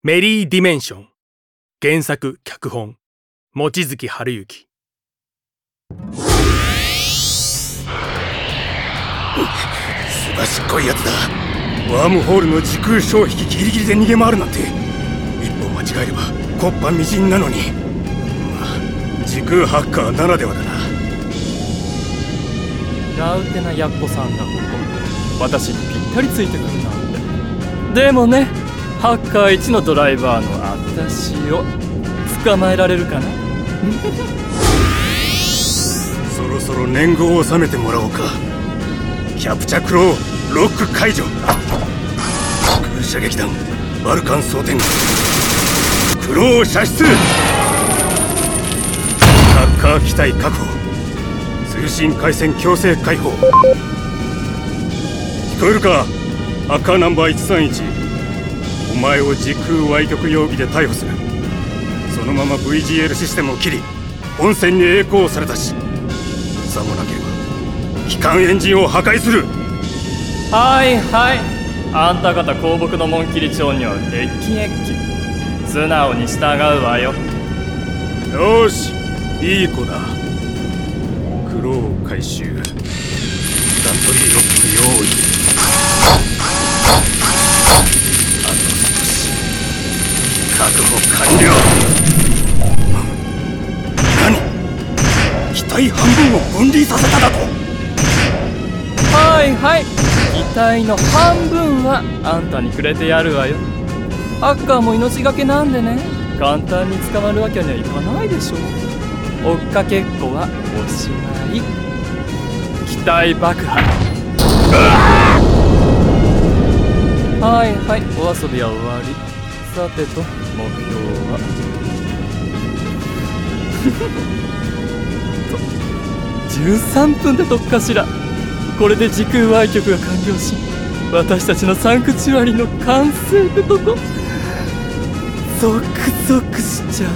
メリーディメンション。原作脚本望月春之。 すばしっこいやつだ。ワームホールの時空衝撃ギリギリで逃げ回るなんて、一歩間違えれば木っ端みじんなのに。まあ時空ハッカーならではだな。 ラウテナヤッコさんがここ私にぴったりついてくるなんて。でもね、ハッカー1のドライバーの私を捕まえられるかなそろそろ年貢を納めてもらおうか。キャプチャクローロック解除。空射撃弾バルカン装填、クロー射出。ハッカー機体確保、通信回線強制解放。聞こえるか、ハッカーナンバー131。お前を時空歪曲容疑で逮捕する。そのまま VGL システムを切り本船に栄光されたし、さもなければ機関エンジンを破壊する。 はいはい、あんた方公僕の紋切り長にはエッキエッキ素直に従うわよ。 よし、いい子だ。クロー回収、ガントリーロック用意。確保完了。何？機体半分を分離させただと？ はいはい、機体の半分はあんたにくれてやるわよ。ハッカーも命がけなんでね、簡単に捕まるわけにはいかないでしょ。追っかけっこはおしまい。機体爆破。はいはい、お遊びは終わり。さてと、目標は13分で突破かしら。これで時空歪曲が完了し、私たちのサンクチュアリの完成ってとこ。ゾクゾクしちゃう。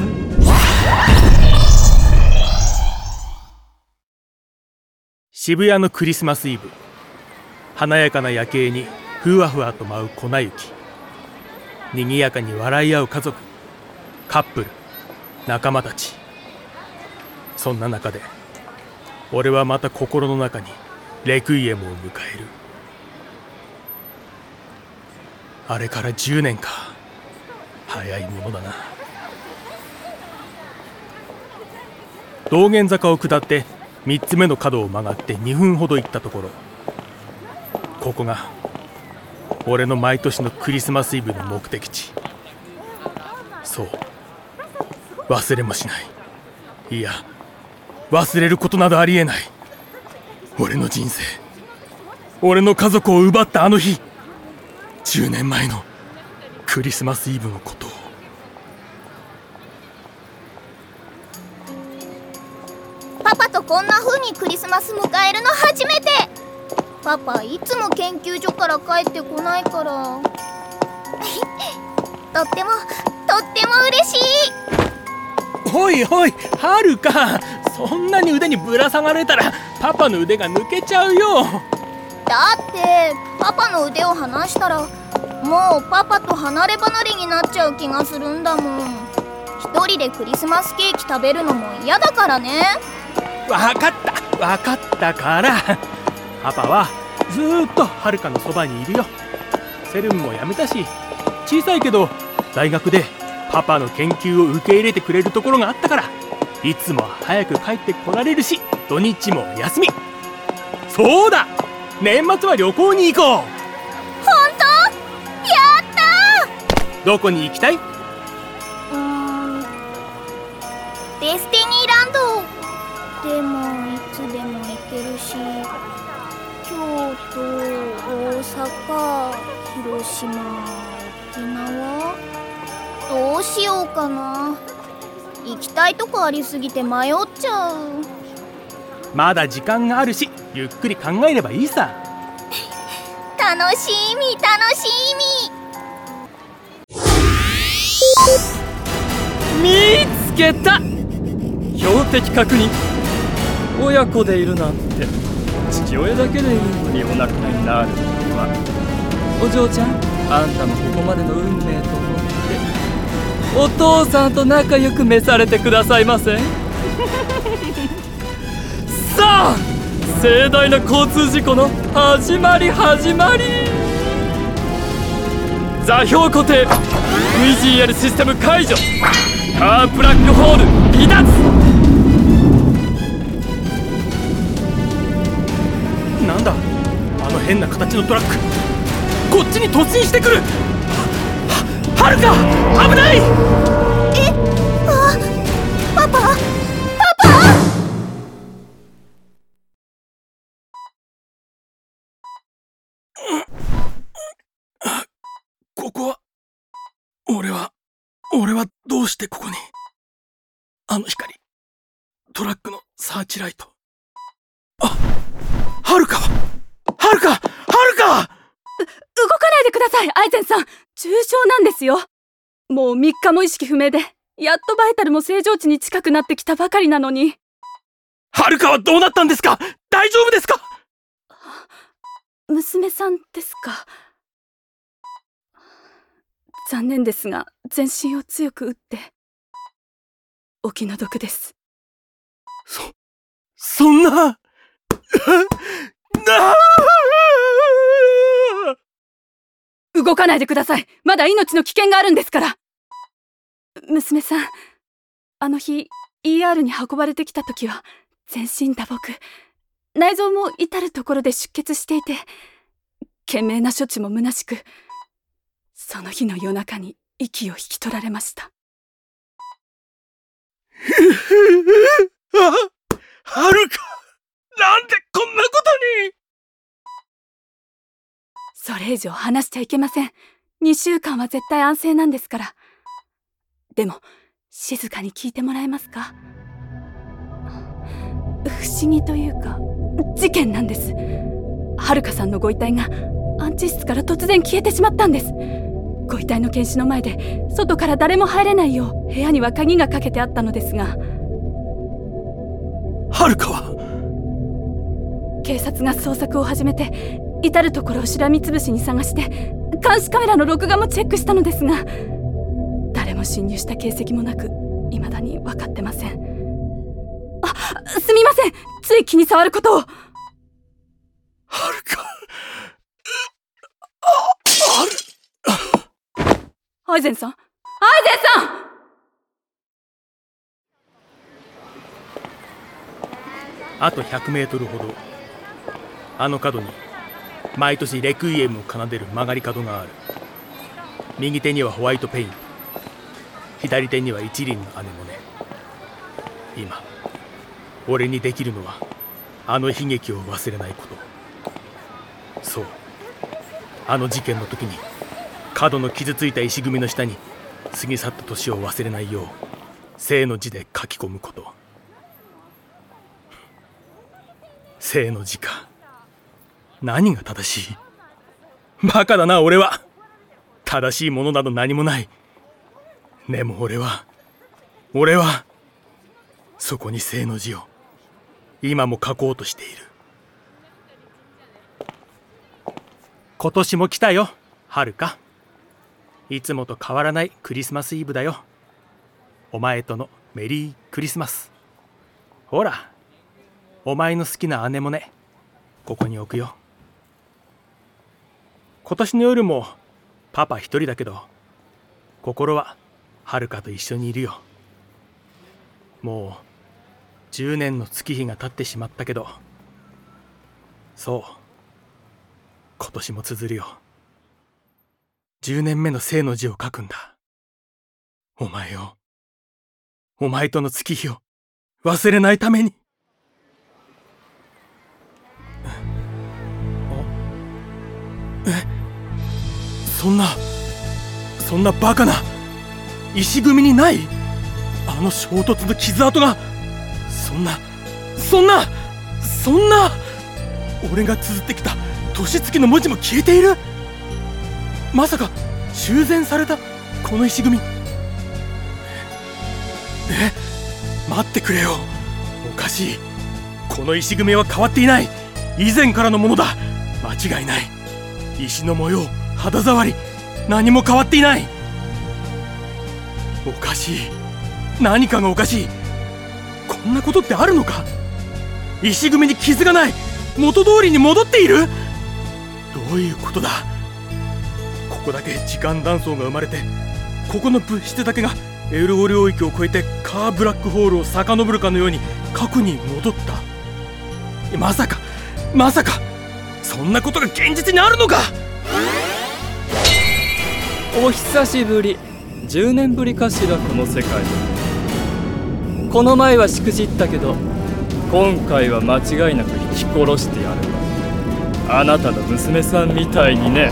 渋谷のクリスマスイブ、華やかな夜景にふわふわと舞う粉雪。賑やかに笑い合う家族、カップル、仲間たち。そんな中で俺はまた心の中にレクイエムを迎える。あれから10年か。早いものだな。道玄坂を下って3つ目の角を曲がって2分ほど行ったところ、ここが俺の毎年のクリスマスイブの目的地。そう、忘れもしない。いや、忘れることなどありえない。俺の人生、俺の家族を奪ったあの日、10年前のクリスマスイブのことを。 パパとこんな風にクリスマス迎えるの初めて。パパいつも研究所から帰ってこないからとっても嬉しい。 おいおい、はるか、そんなに腕にぶら下がれたらパパの腕が抜けちゃうよ。 だってパパの腕を離したらもうパパと離れ離れになっちゃう気がするんだもん。一人でクリスマスケーキ食べるのも嫌だからね。 わかったから、パパはずーっとはるかのそばにいるよ。セルンも辞めたし、小さいけど大学でパパの研究を受け入れてくれるところがあったから、いつも早く帰ってこられるし、土日も休み。そうだ、年末は旅行に行こう。 ほんと？やったー。 どこに行きたい？ デスティニーランド。でもいつでも行けるし、京都、大阪、広島、沖縄、どうしようかな。行きたいとこありすぎて迷っちゃう。 まだ時間があるし、ゆっくり考えればいいさ。 楽しみ。 見つけた。標的確認。親子でいるなんて、父親だけでいるのにお亡くなりになるのは。お嬢ちゃん、あんたもここまでの運命と思ってお父さんと仲良く召されてくださいませ。さあ、盛大な交通事故の始まり。座標固定 VGL システム解除。カープラックホール離脱。 なんだあの変な形のトラック、こっちに突進してくる。はるか危ない。 パパここは俺はどうしてここに。あの光、トラックのサーチライト。はるか動かないでください、アイゼンさん。重傷なんですよ。もう3日も意識不明で、やっとバイタルも正常値に近くなってきたばかりなのに。 はるかはどうなったんですか？大丈夫ですか？ 娘さんですか。残念ですが、全身を強く打ってお気の毒です。 そんな動かないでください。まだ命の危険があるんですから。娘さん、あの日 ER に運ばれてきた時は全身打撲、内臓も至るところで出血していて、懸命な処置も虚しく、その日の夜中に息を引き取られました。 はるか、なんでこんなことに。 それ以上話しちゃいけません。2週間は絶対安静なんですから。でも静かに聞いてもらえますか？不思議というか事件なんです。はるかさんのご遺体が安置室から突然消えてしまったんです。ご遺体の検視の前で外から誰も入れないよう部屋には鍵がかけてあったのですが、 はるかは警察が捜索を始めて、至る所をしらみつぶしに探して監視カメラの録画もチェックしたのですが、誰も侵入した形跡もなく、未だに分かってません。すみません、つい気に障ることを。 はるか、 アイゼンさん、 あと100メートルほど、あの角に毎年レクイエムを奏でる曲がり角がある。右手にはホワイトペイント、左手には一輪のアネモネ。今俺にできるのはあの悲劇を忘れないこと。そう、あの事件の時に角の傷ついた石組みの下に過ぎ去った年を忘れないよう生の字で書き込むこと。生の字か。何が正しい？バカだな俺は。正しいものなど何もない。でも俺はそこに生の字を今も書こうとしている。今年も来たよ、はるか。いつもと変わらないクリスマスイブだよ。お前とのメリークリスマス。ほら、お前の好きなアネモネ、ここに置くよ。今年の夜もパパ一人だけど、心ははるかと一緒にいるよ。もう10年の月日が経ってしまったけど、そう、今年も綴るよ。10年目の生の字を書くんだ。お前を、お前との月日を忘れないために。そんなバカな石組みにない？あの衝突の傷跡が、そんな俺が綴ってきた年月の文字も消えている？まさか修繕されたこの石組み？待ってくれよ。おかしい。この石組みは変わっていない。以前からのものだ。間違いない。石の模様、肌触り、何も変わっていない。 おかしい。何かがおかしい。こんなことってあるのか。石組みに傷がない。元通りに戻っている。どういうことだ。ここだけ時間断層が生まれて、ここの物質だけがエルゴ領域を越えてカーブラックホールを遡るかのように過去に戻った。まさかそんなことが現実にあるのか。 お久しぶり。10年ぶりかしら、この世界。この前はしくじったけど、今回は間違いなく引き殺してやるわ。あなたの娘さんみたいにね。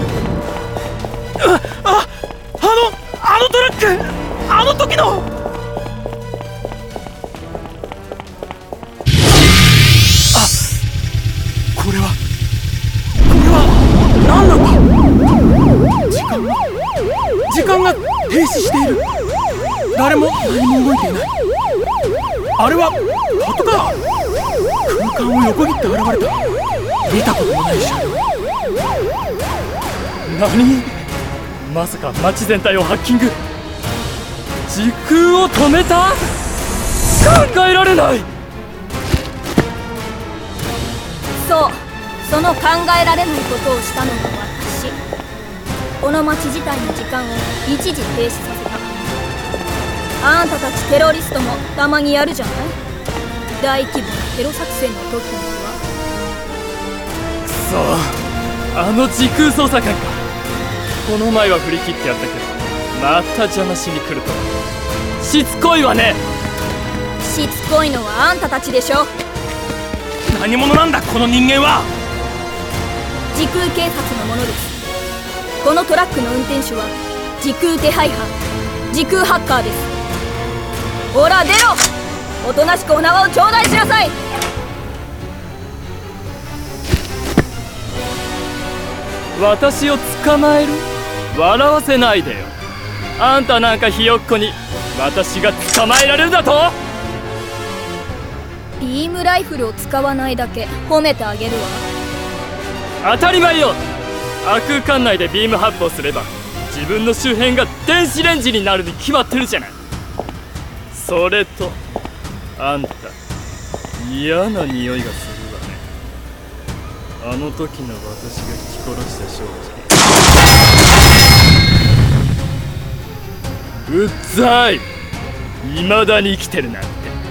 あのトラック、あの時の。これは何なんだ。時間が停止している。誰も何も動いていない。あれはパトカー。空間を横切って現れた。見たこともない車両。 何？まさか街全体をハッキング。時空を止めた？考えられない。 その考えられないことをしたのが私。この町自体の時間を一時停止させた。あんたたちテロリストもたまにやるじゃない。大規模なテロ作戦の時には。 くそ、あの時空操作官か。この前は振り切ってやったけど、また邪魔しに来ると。しつこいわね。 しつこいのはあんたたちでしょ。 何者なんだこの人間は。 時空警察のものです。このトラックの運転手は時空手配犯、時空ハッカーです。ほら出ろ。おとなしくお縄を頂戴しなさい。 私を捕まえる？笑わせないでよ。あんたなんかひよっこに私が捕まえられるだと？ ビームライフルを使わないだけ褒めてあげるわ。 当たり前よ。亜空間内でビーム発砲すれば自分の周辺が電子レンジになるに決まってるじゃない。それとあんた嫌な匂いがするわね。あの時の私が引き殺した少女。うっざい。未だに生きてるなんて。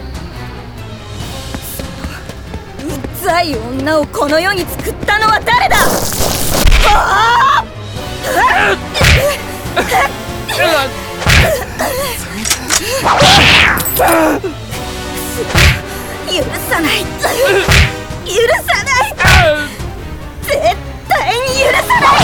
うっざい女をこの世に作ったのは誰だ。許さない。許さない。絶対に許さない。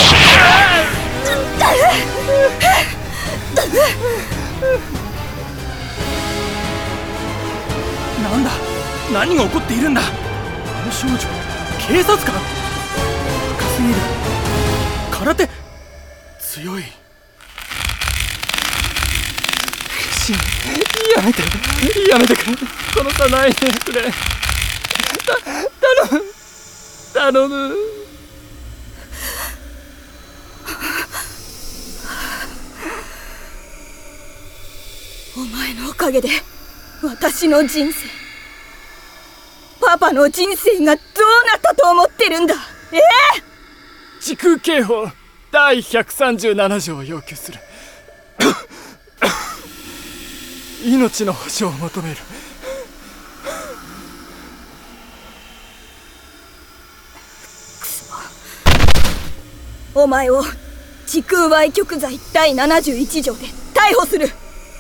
なんだ、何が起こっているんだ。あの少女、警察官。若すぎる。空手強い。 やめてくれ。殺さないでくれ。頼む。 お前のおかげで私の人生、パパの人生がどうなったと思ってるんだ。 時空警報第137条を要求する。命の保証を求める。 お前を時空歪曲罪第71条で逮捕する。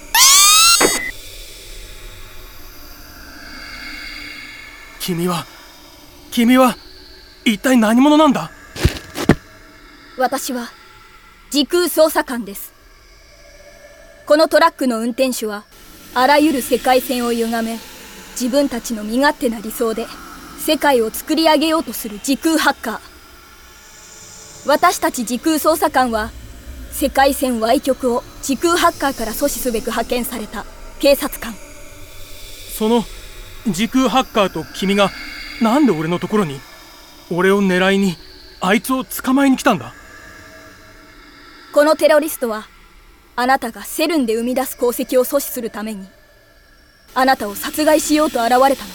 君は一体何者なんだ。 私は時空捜査官です。このトラックの運転手はあらゆる世界線を歪め、自分たちの身勝手な理想で世界を作り上げようとする時空ハッカー。私たち時空捜査官は世界線歪曲を時空ハッカーから阻止すべく派遣された警察官。 その時空ハッカーと君がなんで俺のところに、俺を狙いにあいつを捕まえに来たんだ。 このテロリストはあなたがセルンで生み出す功績を阻止するためにあなたを殺害しようと現れたのです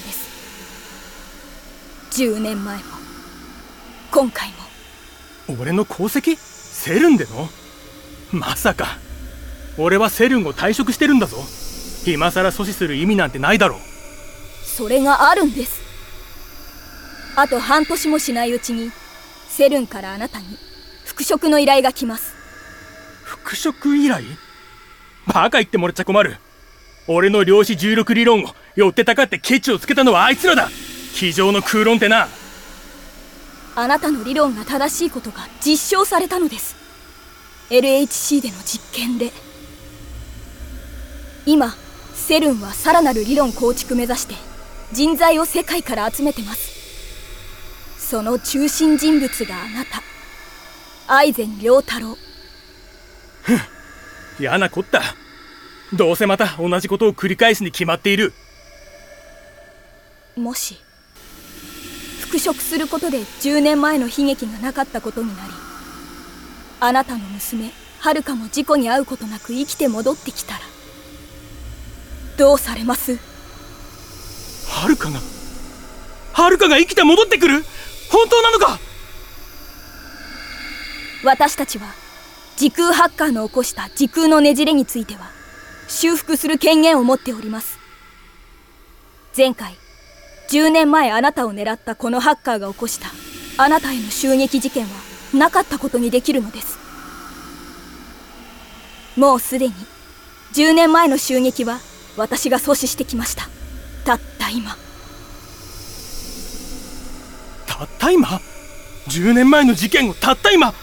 。10年前も今回も。 俺の功績？セルンでの？まさか。俺はセルンを退職してるんだぞ。今さら阻止する意味なんてないだろう。 それがあるんです。あと半年もしないうちにセルンからあなたに復職の依頼が来ます。 復職依頼？バカ言ってもらっちゃ困る。俺の量子重力理論を寄ってたかってケチをつけたのはあいつらだ。机上の空論ってな。 あなたの理論が正しいことが実証されたのです。 LHC での実験で。今セルンはさらなる理論構築目指して人材を世界から集めてます。その中心人物があなた、愛禅良太郎。 嫌なこった。どうせまた同じことを繰り返すに決まっている。 もし復職することで10年前の悲劇がなかったことになり、あなたの娘はるかも事故に遭うことなく生きて戻ってきたらどうされます？ はるかが生きて戻ってくる？本当なのか？ 私たちは時空ハッカーの起こした時空のねじれについては修復する権限を持っております。前回10年前あなたを狙ったこのハッカーが起こしたあなたへの襲撃事件はなかったことにできるのです。もうすでに10年前の襲撃は私が阻止してきました。たった今。 たった今？10年前の事件をたった今？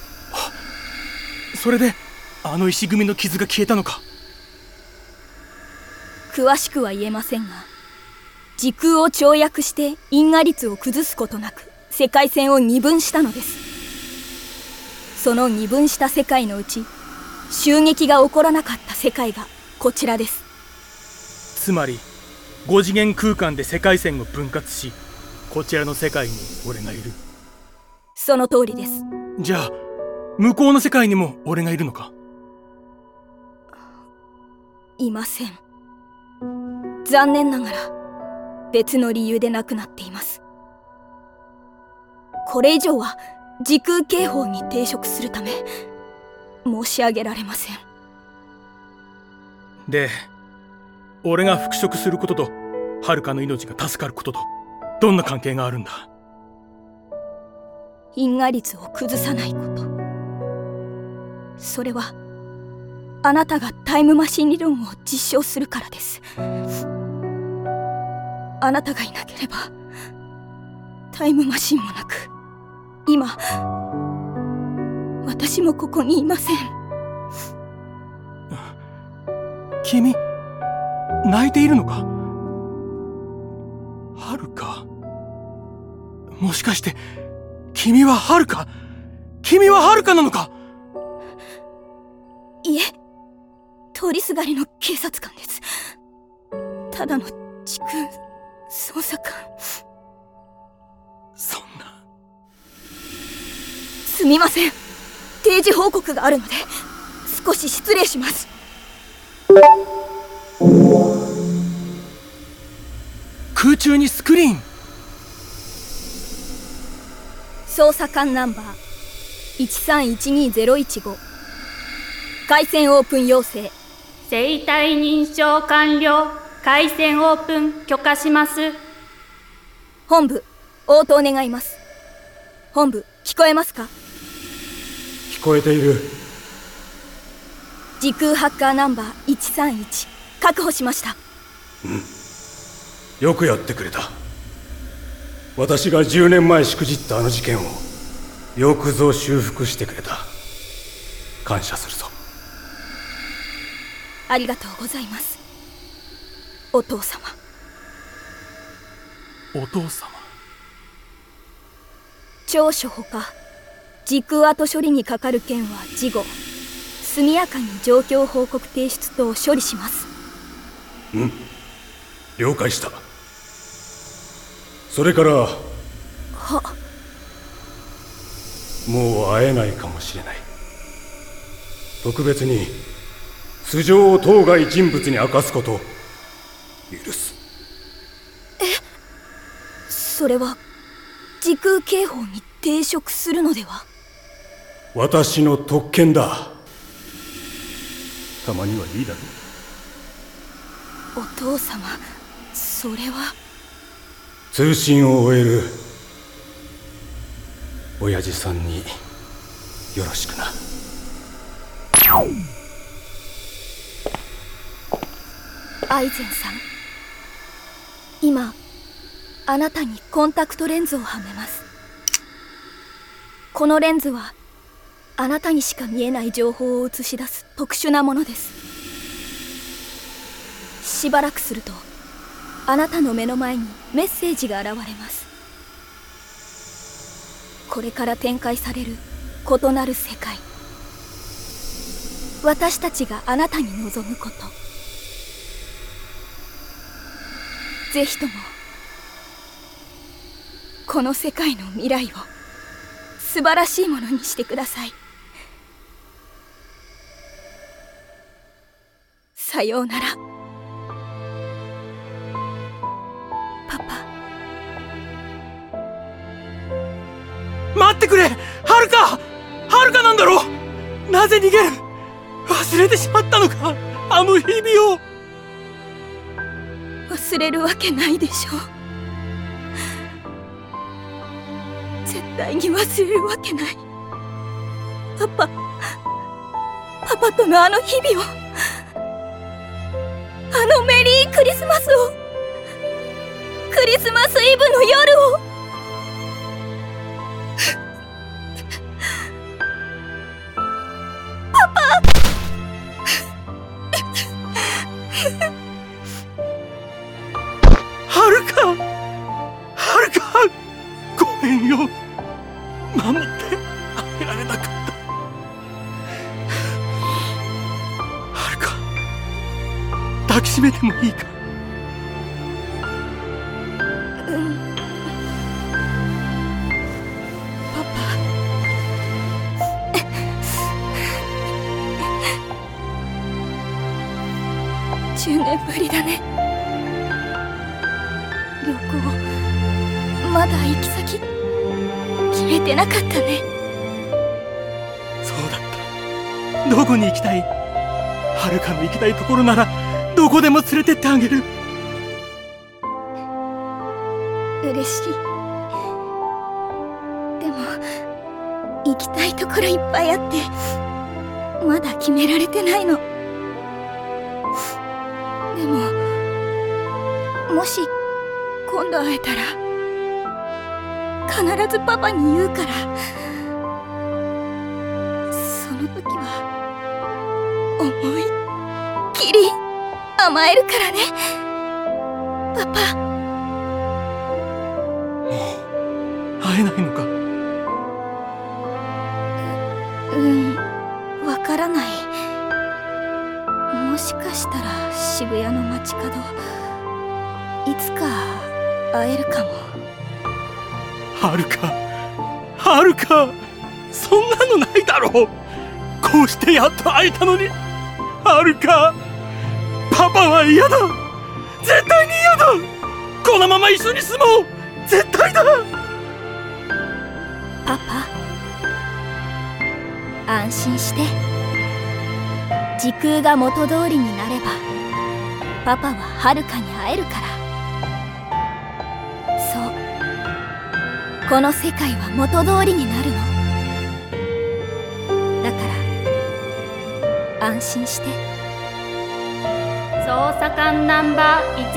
それであの石組みの傷が消えたのか？ 詳しくは言えませんが、時空を跳躍して因果率を崩すことなく世界線を二分したのです。その二分した世界のうち襲撃が起こらなかった世界がこちらです。 つまり5次元空間で世界線を分割し、こちらの世界に俺がいる。 その通りです。 じゃあ向こうの世界にも俺がいるのか？ いません。残念ながら別の理由で亡くなっています。これ以上は時空警報に抵触するため申し上げられません。 で、俺が復職することとはるかの命が助かることとどんな関係があるんだ？ 因果率を崩さないこと。それはあなたがタイムマシン理論を実証するからです。あなたがいなければタイムマシンもなく、今私もここにいません。 君泣いているのか？はるか、もしかして君ははるか？君ははるかなのか？ いえ、通りすがりの警察官です。ただの時空捜査官。 そんな。 すみません。定時報告があるので少し失礼します。 空中にスクリーン。 捜査官ナンバー1312015、回線オープン要請。 生体認証完了。回線オープン許可します。 本部応答願います。本部聞こえますか？ 聞こえている。 時空ハッカーナンバー131確保しました。 よくやってくれた。私が10年前しくじったあの事件をよくぞ修復してくれた。感謝するぞ。 ありがとうございます、お父様。 お父様。 長所ほか時空後処理にかかる件は事後速やかに状況報告提出等処理します。 了解した。それからは、 もう会えないかもしれない。特別に素性を当該人物に明かすことを許す。 それは時空警報に抵触するのでは？ 私の特権だ。たまにはいいだろう。 お父様、それは。 通信を終える。親父さんによろしくな。 アイゼンさん、今あなたにコンタクトレンズをはめます。このレンズはあなたにしか見えない情報を映し出す特殊なものです。しばらくするとあなたの目の前にメッセージが現れます。これから展開される異なる世界、私たちがあなたに望むこと、ぜひともこの世界の未来を素晴らしいものにしてください。さようなら、パパ。 待ってくれ、はるか、はるかなんだろう。なぜ逃げる？忘れてしまったのか、あの日々を。 忘れるわけないでしょう。絶対に忘れるわけない。パパとのあの日々を、あのメリークリスマスを、クリスマスイブの夜を。 はるか、はるか、ごめんよ。守ってあげられなかった。はるか、抱きしめてもいいか。 パパ。10年ぶりだね。旅行、まだ行き先決めてなかったね。 そうだった。どこに行きたい？はるかの行きたいところならどこでも連れてってあげる。 嬉しい。でも行きたいところいっぱいあってまだ決められてないの。でももし今度会えたら必ずパパに言うから、その時は思いっきり甘えるからね、パパ。 もう会えないのか？ わからない。もしかしたら渋谷の街角いつか会えるかも。 はるか、はるか、そんなのないだろう。こうしてやっと会えたのに。はるか、パパは嫌だ。絶対に嫌だ。このまま一緒に住もう。絶対だ。 パパ、安心して。時空が元通りになればパパははるかに会えるから。そう、この世界は元通りになるの。だから安心して。 捜査官ナンバー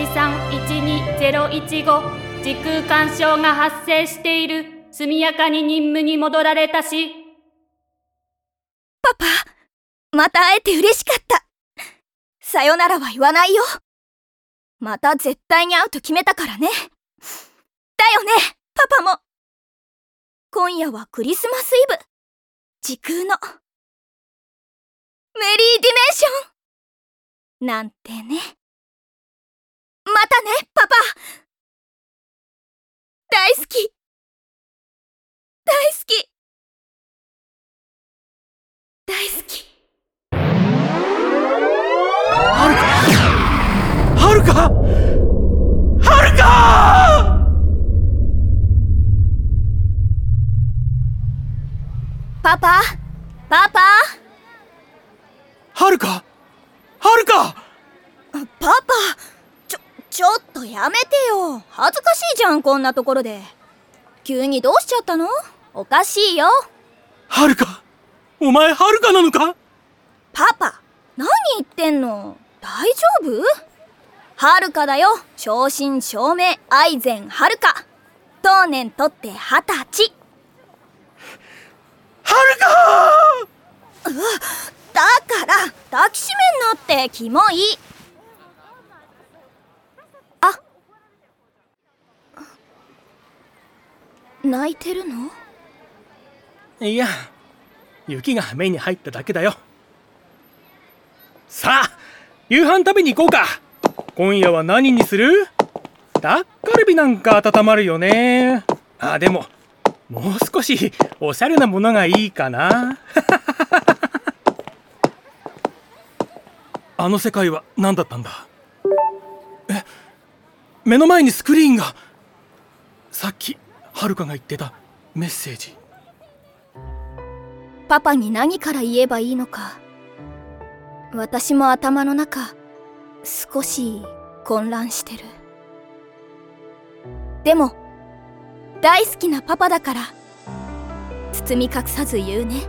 1312015、時空干渉が発生している。速やかに任務に戻られたし。 パパ、また会えて嬉しかった。さよならは言わないよ。また絶対に会うと決めたからね。だよね、パパも。今夜はクリスマスイブ。時空のメリーディメンションなんてね。またね、パパ。大好き。大好き。大好き。 るかはるか。 パパパパはるかはるか。 パパ、ちょっとやめてよ。恥ずかしいじゃん、こんなところで。急にどうしちゃったの？おかしいよ。 はるか、お前はるかなのか？ パパ、何言ってんの？大丈夫？はるかだよ。正真正銘愛禅はるか。当年とって20歳。 はるか。 だから抱きしめんなって、キモい。あ、泣いてるの？ いや、雪が目に入っただけだよ。さあ、夕飯食べに行こうか。今夜は何にする？タッカルビなんか温まるよね。あ、でももう少しおしゃれなものがいいかな。あの世界は何だったんだ？目の前にスクリーンが。さっきはるかが言ってたメッセージ。 パパに何から言えばいいのか。私も頭の中少し混乱してる。でも大好きなパパだから包み隠さず言うね。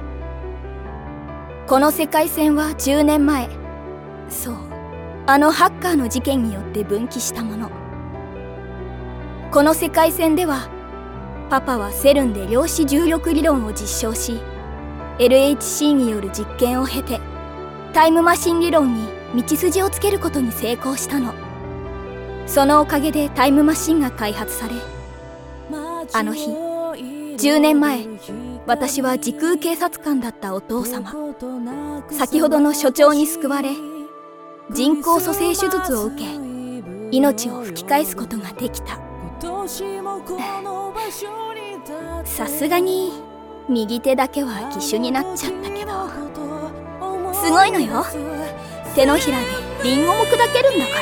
この世界線は10年前、そう、あのハッカーの事件によって分岐したもの。この世界線ではパパはセルンで量子重力理論を実証し、 LHC による実験を経てタイムマシン理論に道筋をつけることに成功したの。そのおかげでタイムマシンが開発され、あの日10年前、私は時空警察官だったお父様、先ほどの所長に救われ人工蘇生手術を受け、命を吹き返すことができた。さすがに右手だけは義手になっちゃったけど、すごいのよ。手のひらでリンゴも砕けるんだから。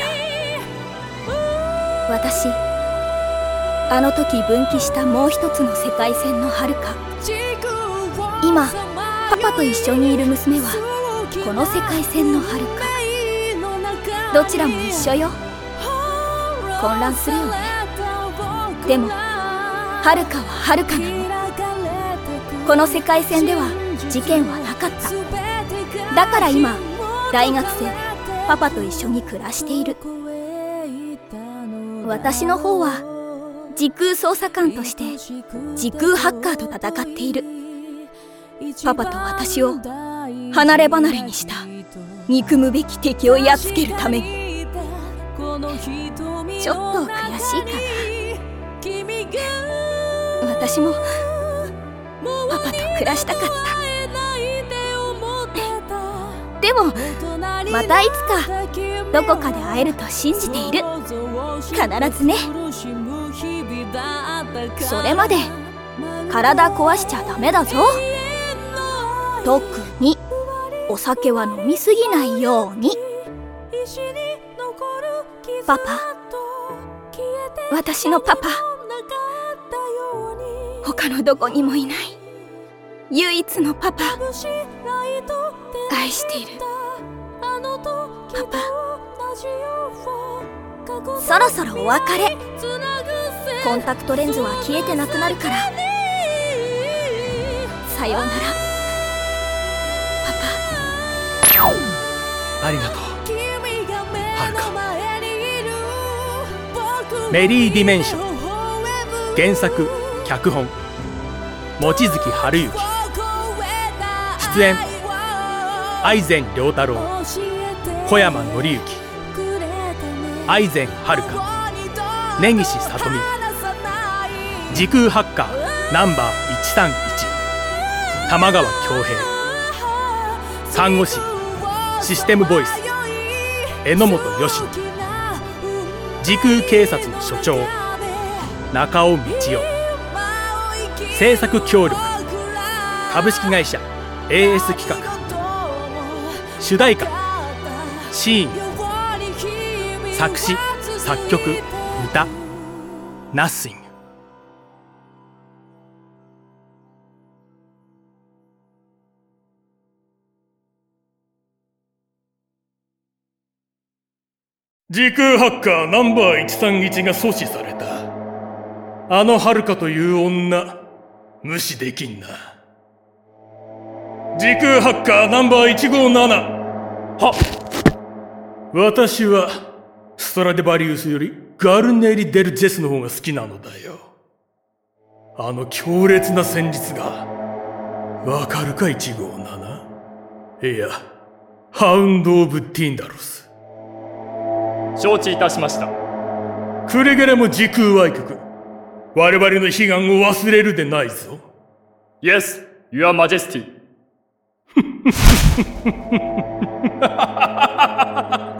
私、あの時分岐したもう一つの世界線のはるか。今パパと一緒にいる娘はこの世界線のはるか。どちらも一緒よ。混乱するよね。でもはるかははるかなの。この世界線では事件はなかった。だから今大学生でパパと一緒に暮らしている。私の方は時空捜査官として時空ハッカーと戦っている。パパと私を離れ離れにした憎むべき敵をやっつけるために。ちょっと悔しいかな。私もパパと暮らしたかった。でもまたいつかどこかで会えると信じている。必ずね。それまで体壊しちゃダメだぞ。特にお酒は飲みすぎないように。パパ、私のパパ、他のどこにもいない唯一のパパ、愛している。パパ、そろそろお別れ。コンタクトレンズは消えてなくなるから。さようならパありがとうはるか。メリーディメンション。原作脚本望月春之。出演愛禅良太郎、小山紀之、愛禅はるか、根岸さとみ。時空ハッカーナンバー131、玉川恭平。看護師システムボイス榎本義野。時空警察の所長中尾道夫。制作協力株式会社 AS 企画。主題歌シーン。 作詞作曲歌ナッシング。時空ハッカーナンバー131が阻止された。あのハルカという女、無視できんな。時空ハッカーナンバー157。は私はストラデバリウスよりガルネリ・デル・ジェスの方が好きなのだよ。あの強烈な戦術がわかるか157。いや、ハウンド・オブ・ティンダロス。 承知いたしました。 くれぐれも時空歪曲、我々の悲願を忘れるでないぞ。 Yes, Your Majesty.